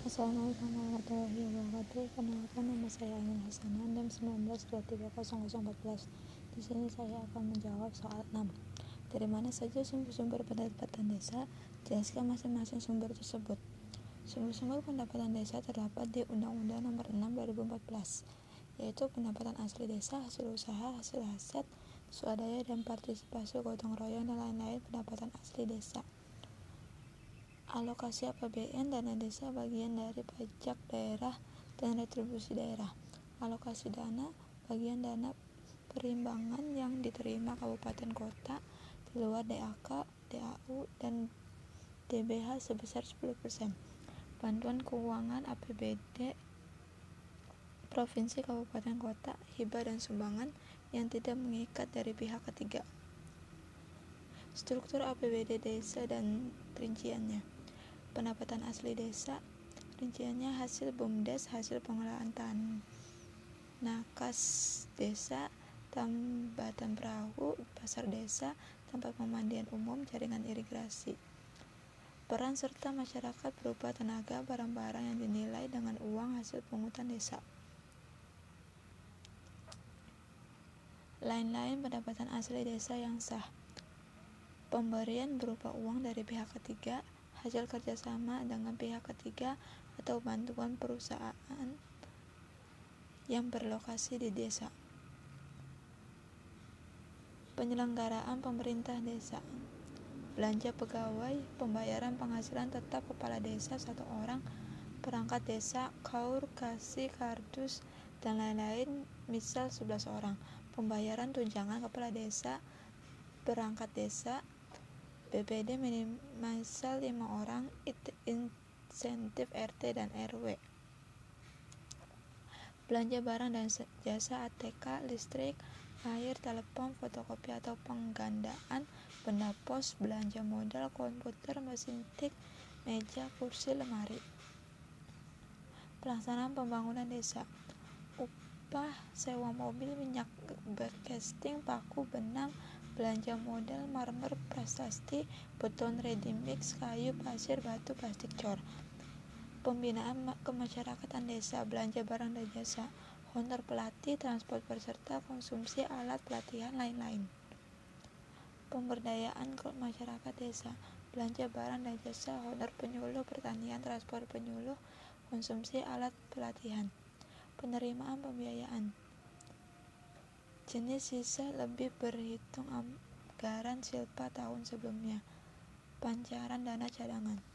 Assalamualaikum warahmatullahi wabarakatuh. Perkenalkan, nama saya Ainul Hasanah, NIM 19230014. Di sini saya akan menjawab soal 6. Dari mana saja sumber-sumber pendapatan desa? Jelaskan masing-masing sumber tersebut. Sumber-sumber pendapatan desa terdapat di Undang-Undang Nomor 6 2014, yaitu pendapatan asli desa, hasil usaha, hasil aset, swadaya dan partisipasi gotong royong dan lain-lain pendapatan asli desa. Alokasi APBN dana desa bagian dari pajak daerah dan retribusi daerah. Alokasi dana bagian dana perimbangan yang diterima kabupaten kota di luar DAK, DAU, dan DBH sebesar 10%. Bantuan keuangan APBD provinsi, kabupaten kota, hibah dan sumbangan yang tidak mengikat dari pihak ketiga. Struktur APBD desa dan rinciannya. Pendapatan asli desa, rinciannya hasil BUMDes, hasil pengelolaan tanah kas desa, tambatan perahu, pasar desa, tempat pemandian umum, jaringan irigasi. Peran serta masyarakat berupa tenaga, barang-barang yang dinilai dengan uang hasil pungutan desa. Lain-lain pendapatan asli desa yang sah. Pemberian berupa uang dari pihak ketiga, hasil kerjasama dengan pihak ketiga, atau bantuan perusahaan yang berlokasi di desa. Penyelenggaraan pemerintah desa. Belanja pegawai, pembayaran penghasilan tetap kepala desa 1 orang, perangkat desa, KAUR, KASI, KARDUS, dan lain-lain, misal 11 orang. Pembayaran tunjangan kepala desa, perangkat desa, BPD minimal 5 orang, insentif RT dan RW. Belanja barang dan jasa ATK, listrik, air, telepon, fotokopi atau penggandaan, benda pos, belanja modal, komputer, mesin tik, meja, kursi, lemari. Pelaksanaan pembangunan desa. Upah, sewa mobil, minyak casting, paku, benang, belanja modal, marmer, prasasti, beton ready mix, kayu, pasir, batu, plastik cor. Pembinaan kemasyarakatan desa, belanja barang dan jasa, honor pelatih, transport peserta, konsumsi alat pelatihan, lain-lain. Pemberdayaan masyarakat desa, belanja barang dan jasa, honor penyuluh, pertanian, transport penyuluh, konsumsi alat pelatihan. Penerimaan pembiayaan. Jenis sisa lebih berhitung anggaran silpa tahun sebelumnya. Pancaran dana cadangan.